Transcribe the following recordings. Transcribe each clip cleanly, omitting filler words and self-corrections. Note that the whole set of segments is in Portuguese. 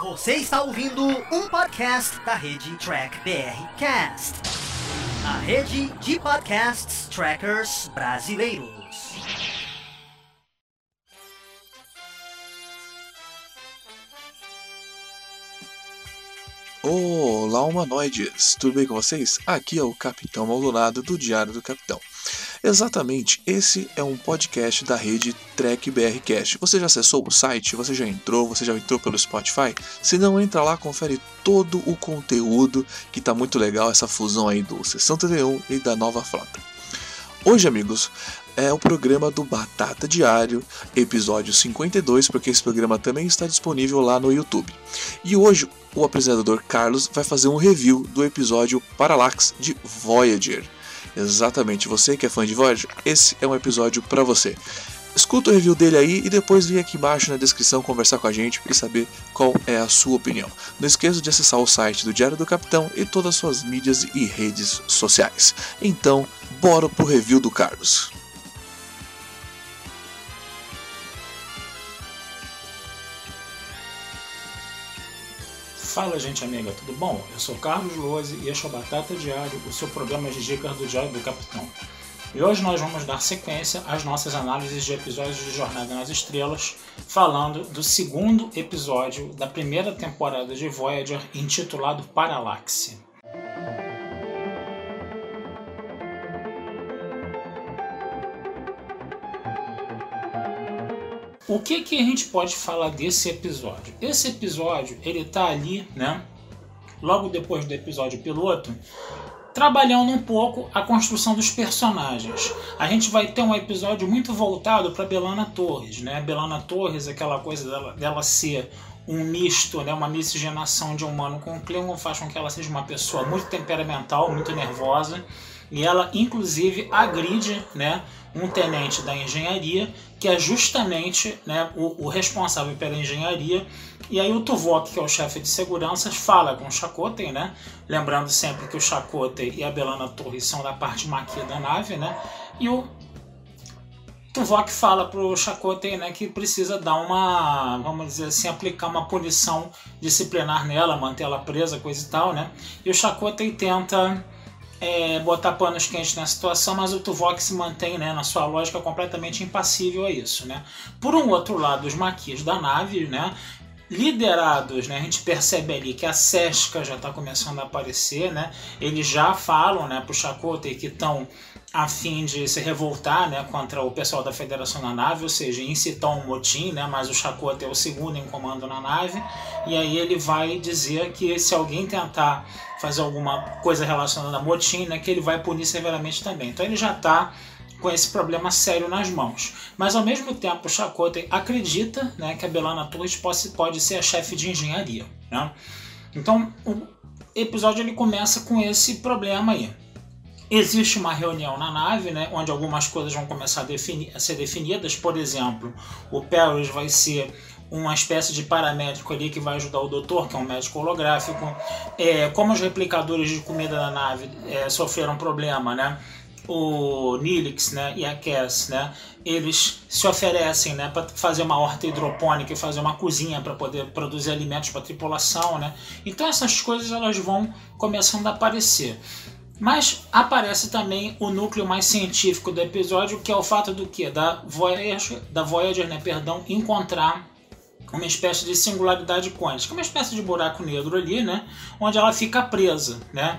Você está ouvindo um podcast da rede Track BR Cast, a rede de podcasts trackers brasileiros. Olá, humanoides! Tudo bem com vocês? Aqui é o Capitão Maldonado do Diário do Capitão. Exatamente, esse é um podcast da rede Track BR Cast. Você já acessou o site? Você já entrou pelo Spotify? Se não, entra lá, confere todo o conteúdo, que tá muito legal, essa fusão aí do Sessão 31 e da Nova Frota. Hoje, amigos, é o programa do Batata Diário, episódio 52, porque esse programa também está disponível lá no YouTube. E hoje o apresentador Carlos vai fazer um review do episódio Parallax de Voyager. Exatamente, você que é fã de Voyager, esse é um episódio para você. Escuta o review dele aí e depois vem aqui embaixo na descrição conversar com a gente e saber qual é a sua opinião. Não esqueça de acessar o site do Diário do Capitão e todas as suas mídias e redes sociais. Então, bora pro review do Carlos. Fala, gente amiga, tudo bom? Eu sou Carlos Lose e este é o Batata Diário, o seu programa de dicas do Diário do Capitão. E hoje nós vamos dar sequência às nossas análises de episódios de Jornada nas Estrelas, falando do segundo episódio da primeira temporada de Voyager, intitulado Parallax. O que a gente pode falar desse episódio? Esse episódio, ele tá ali, né, logo depois do episódio piloto, trabalhando um pouco a construção dos personagens. A gente vai ter um episódio muito voltado para B'Elanna Torres, né? B'Elanna Torres, aquela coisa dela ser um misto, né, uma miscigenação de humano com Klingon, faz com que ela seja uma pessoa muito temperamental, muito nervosa. E ela, inclusive, agride, né, um tenente da engenharia, que é justamente, né, o responsável pela engenharia. E aí o Tuvok, que é o chefe de segurança, fala com o Chakotay, né? Lembrando sempre que o Chakotay e a B'Elanna Torres são da parte maquia da nave, né? E o Tuvok fala pro Chakotay, né, que precisa dar uma, vamos dizer assim, aplicar uma punição disciplinar nela, manter ela presa, coisa e tal, né? E o Chakotay tenta botar panos quentes na situação, mas o Tuvok se mantém, né, na sua lógica completamente impassível a isso, né? Por um outro lado, os maquis da nave, né, liderados, né, a gente percebe ali que a Seska já está começando a aparecer, né? Eles já falam, né, pro Chakotay que estão a fim de se revoltar, né, contra o pessoal da Federação na nave, ou seja, incitar um motim, né, mas o Chakotay é o segundo em comando na nave, e aí ele vai dizer que se alguém tentar fazer alguma coisa relacionada a motim, né, que ele vai punir severamente também. Então ele já está com esse problema sério nas mãos. Mas ao mesmo tempo o Chakotay acredita, né, que a B'Elanna Torres pode ser a chefe de engenharia, né? Então o episódio ele começa com esse problema aí. Existe uma reunião na nave, né, onde algumas coisas vão começar a ser definidas. Por exemplo, o Paris vai ser uma espécie de paramédico ali que vai ajudar o doutor, que é um médico holográfico. Como os replicadores de comida da nave sofreram problema, né, o Neelix, né, e a Cass, né, eles se oferecem, né, para fazer uma horta hidropônica e fazer uma cozinha para poder produzir alimentos para a tripulação, né. Então essas coisas elas vão começando a aparecer. Mas aparece também o núcleo mais científico do episódio, que é o fato do que? Da Voyager, né, encontrar uma espécie de singularidade quântica, uma espécie de buraco negro ali, né, onde ela fica presa, né,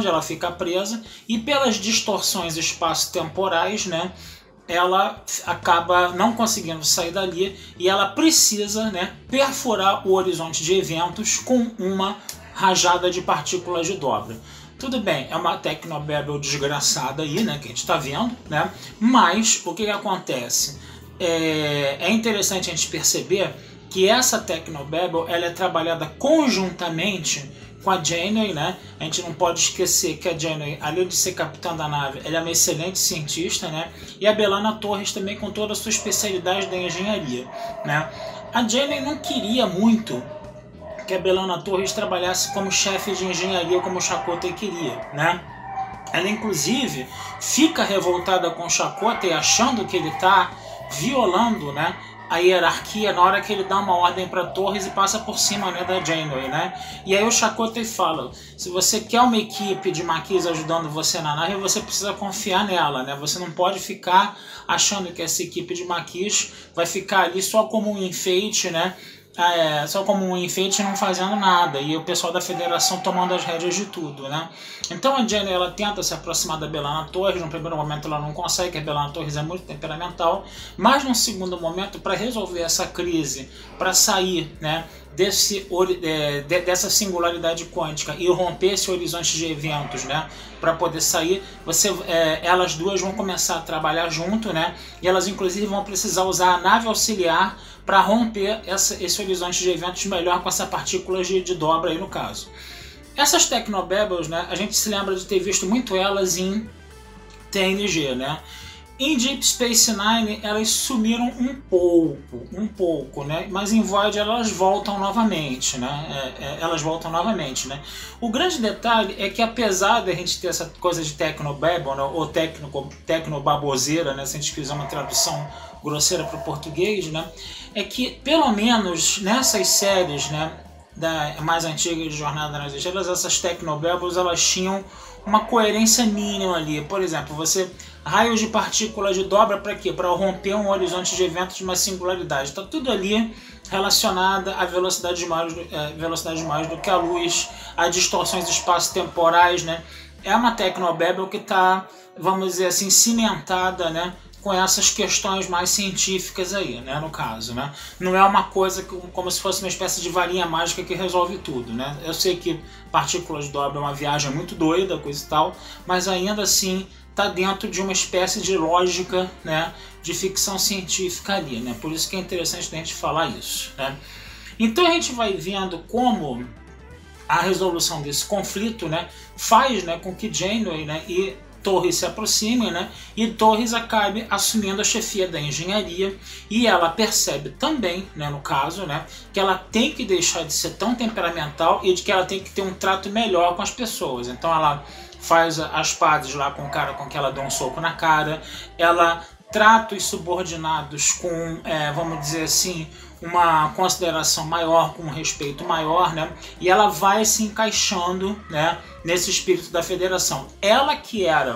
e pelas distorções espaço-temporais, né, ela acaba não conseguindo sair dali e ela precisa, né, perfurar o horizonte de eventos com uma rajada de partículas de dobra. Tudo bem, é uma Technobabble desgraçada aí, né, que a gente está vendo, né, mas o que acontece? É interessante a gente perceber que essa Technobabble ela é trabalhada conjuntamente com a Janeway, né? A gente não pode esquecer que a Janeway, além de ser capitã da nave, ela é uma excelente cientista, né? E a B'Elanna Torres também com toda a sua especialidade da engenharia, né? A Janeway não queria muito que a B'Elanna Torres trabalhasse como chefe de engenharia como o Chakotay queria, né? Ela inclusive fica revoltada com o Chakotay achando que ele está violando, né, a hierarquia na hora que ele dá uma ordem para Torres e passa por cima, né, da Janeway, né? E aí o Chakotay fala, se você quer uma equipe de maquis ajudando você na nave, você precisa confiar nela, né? Você não pode ficar achando que essa equipe de maquis vai ficar ali só como um enfeite, né? Só como um enfeite não fazendo nada, e o pessoal da Federação tomando as rédeas de tudo, né? Então a Jenny, ela tenta se aproximar da B'Elanna Torres. No primeiro momento ela não consegue, porque a B'Elanna Torres é muito temperamental, mas no segundo momento, para resolver essa crise, para sair, né, dessa singularidade quântica e romper esse horizonte de eventos, né, para poder sair, elas duas vão começar a trabalhar junto, né, e elas inclusive vão precisar usar a nave auxiliar para romper esse horizonte de eventos melhor com essa partícula de dobra aí no caso. Essas Technobabbles, né, a gente se lembra de ter visto muito elas em TNG, né? Em Deep Space Nine elas sumiram um pouco, né? Mas em Voyager elas voltam novamente, né? Elas voltam novamente, né? O grande detalhe é que apesar de a gente ter essa coisa de Technobabble, né, ou Tecnobaboseira, né, se a gente quiser uma tradução grosseira para o português, né, é que pelo menos nessas séries, né, mais antigas de Jornada nas Estrelas, essas Technobabbles, elas tinham uma coerência mínima ali. Por exemplo, raios de partículas de dobra para quê? Para romper um horizonte de eventos de uma singularidade. Está tudo ali relacionado a velocidades maiores do que a luz, a distorções espaço-temporais, né? É uma Technobabble que está, vamos dizer assim, cimentada, né, com essas questões mais científicas aí, né, no caso, né? Não é uma coisa como se fosse uma espécie de varinha mágica que resolve tudo, né? Eu sei que partículas de dobra é uma viagem muito doida, coisa e tal, mas ainda assim está dentro de uma espécie de lógica, né, de ficção científica ali, né? Por isso que é interessante a gente falar isso, né? Então a gente vai vendo como a resolução desse conflito, né, faz, né, com que Janeway, né, e Torres se aproximem, né, e Torres acabe assumindo a chefia da engenharia, e ela percebe também, né, no caso, né, que ela tem que deixar de ser tão temperamental e de que ela tem que ter um trato melhor com as pessoas. Então ela faz as pazes lá com o cara com que ela deu um soco na cara, ela trata os subordinados com, vamos dizer assim, uma consideração maior, com um respeito maior, né? E ela vai se encaixando, né, nesse espírito da Federação. Ela que era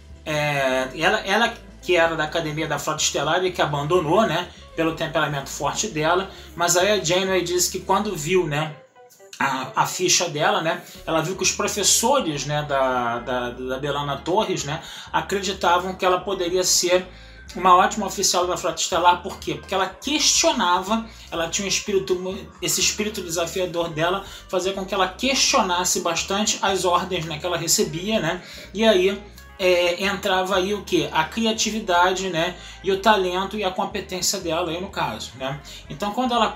da Academia da Frota Estelar e que abandonou, né, pelo temperamento forte dela, mas aí a Janeway disse que quando viu, né, a ficha dela, né, ela viu que os professores, né, da B'Elanna Torres, né, acreditavam que ela poderia ser uma ótima oficial da Frota Estelar. Por quê? Porque ela questionava, ela tinha esse espírito desafiador dela, fazia com que ela questionasse bastante as ordens, né, que ela recebia, né, e aí entrava aí o que? A criatividade, né, e o talento e a competência dela aí no caso, né. Então quando a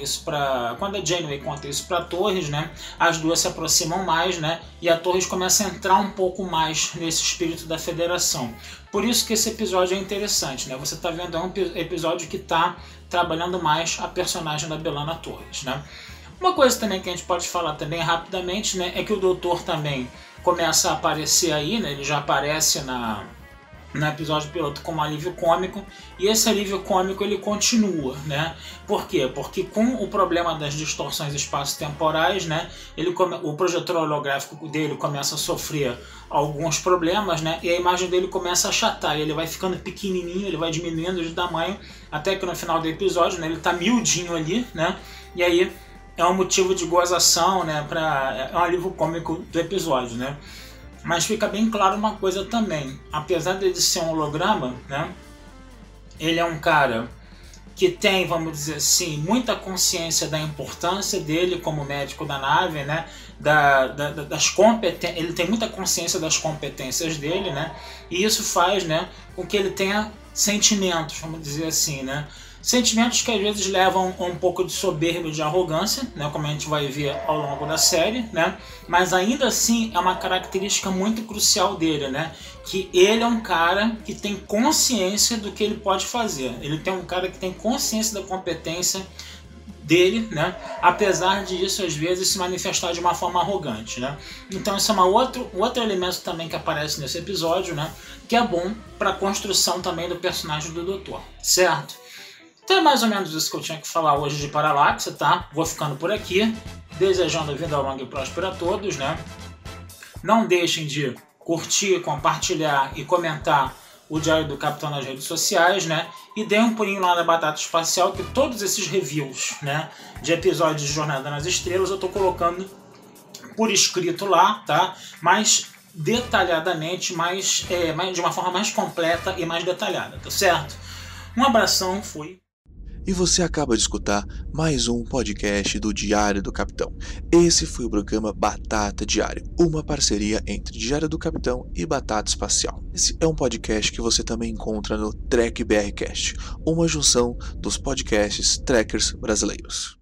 Janeway conta isso para Torres, né, as duas se aproximam mais, né, e a Torres começa a entrar um pouco mais nesse espírito da Federação. Por isso que esse episódio é interessante, né. Você está vendo um episódio que está trabalhando mais a personagem da B'Elanna Torres, né. Uma coisa também que a gente pode falar também rapidamente, né, é que o Doutor também começa a aparecer aí, né, ele já aparece no episódio piloto como alívio cômico, e esse alívio cômico ele continua, né? Por quê? Porque com o problema das distorções espaço-temporais, né, o projetor holográfico dele começa a sofrer alguns problemas, né, e a imagem dele começa a achatar, e ele vai ficando pequenininho, ele vai diminuindo de tamanho, até que no final do episódio, né, ele tá miudinho ali, né, e aí é um motivo de gozação, né, é um alívio cômico do episódio, né. Mas fica bem claro uma coisa também, apesar de ser um holograma, né, ele é um cara que tem, vamos dizer assim, muita consciência da importância dele como médico da nave, né, das competências, ele tem muita consciência das competências dele, né, e isso faz, né, com que ele tenha sentimentos, vamos dizer assim, né, sentimentos que às vezes levam a um pouco de soberba e de arrogância, né, como a gente vai ver ao longo da série, né, mas ainda assim é uma característica muito crucial dele, né, que ele é um cara que tem consciência do que ele pode fazer, ele tem um cara que tem consciência da competência dele, né, apesar disso às vezes se manifestar de uma forma arrogante, né. Então esse é outro elemento também que aparece nesse episódio, né, que é bom para a construção também do personagem do Doutor, certo? Então é mais ou menos isso que eu tinha que falar hoje de paralaxe, tá? Vou ficando por aqui, desejando vida longa e próspera a todos, né? Não deixem de curtir, compartilhar e comentar o Diário do Capitão nas redes sociais, né? E deem um pulinho lá na Batata Espacial, que todos esses reviews, né, de episódios de Jornada nas Estrelas eu tô colocando por escrito lá, tá? Mas detalhadamente, de uma forma mais completa e mais detalhada, tá certo? Um abração, fui. E você acaba de escutar mais um podcast do Diário do Capitão. Esse foi o programa Batata Diário, uma parceria entre Diário do Capitão e Batata Espacial. Esse é um podcast que você também encontra no Trek BR Cast, uma junção dos podcasts trackers brasileiros.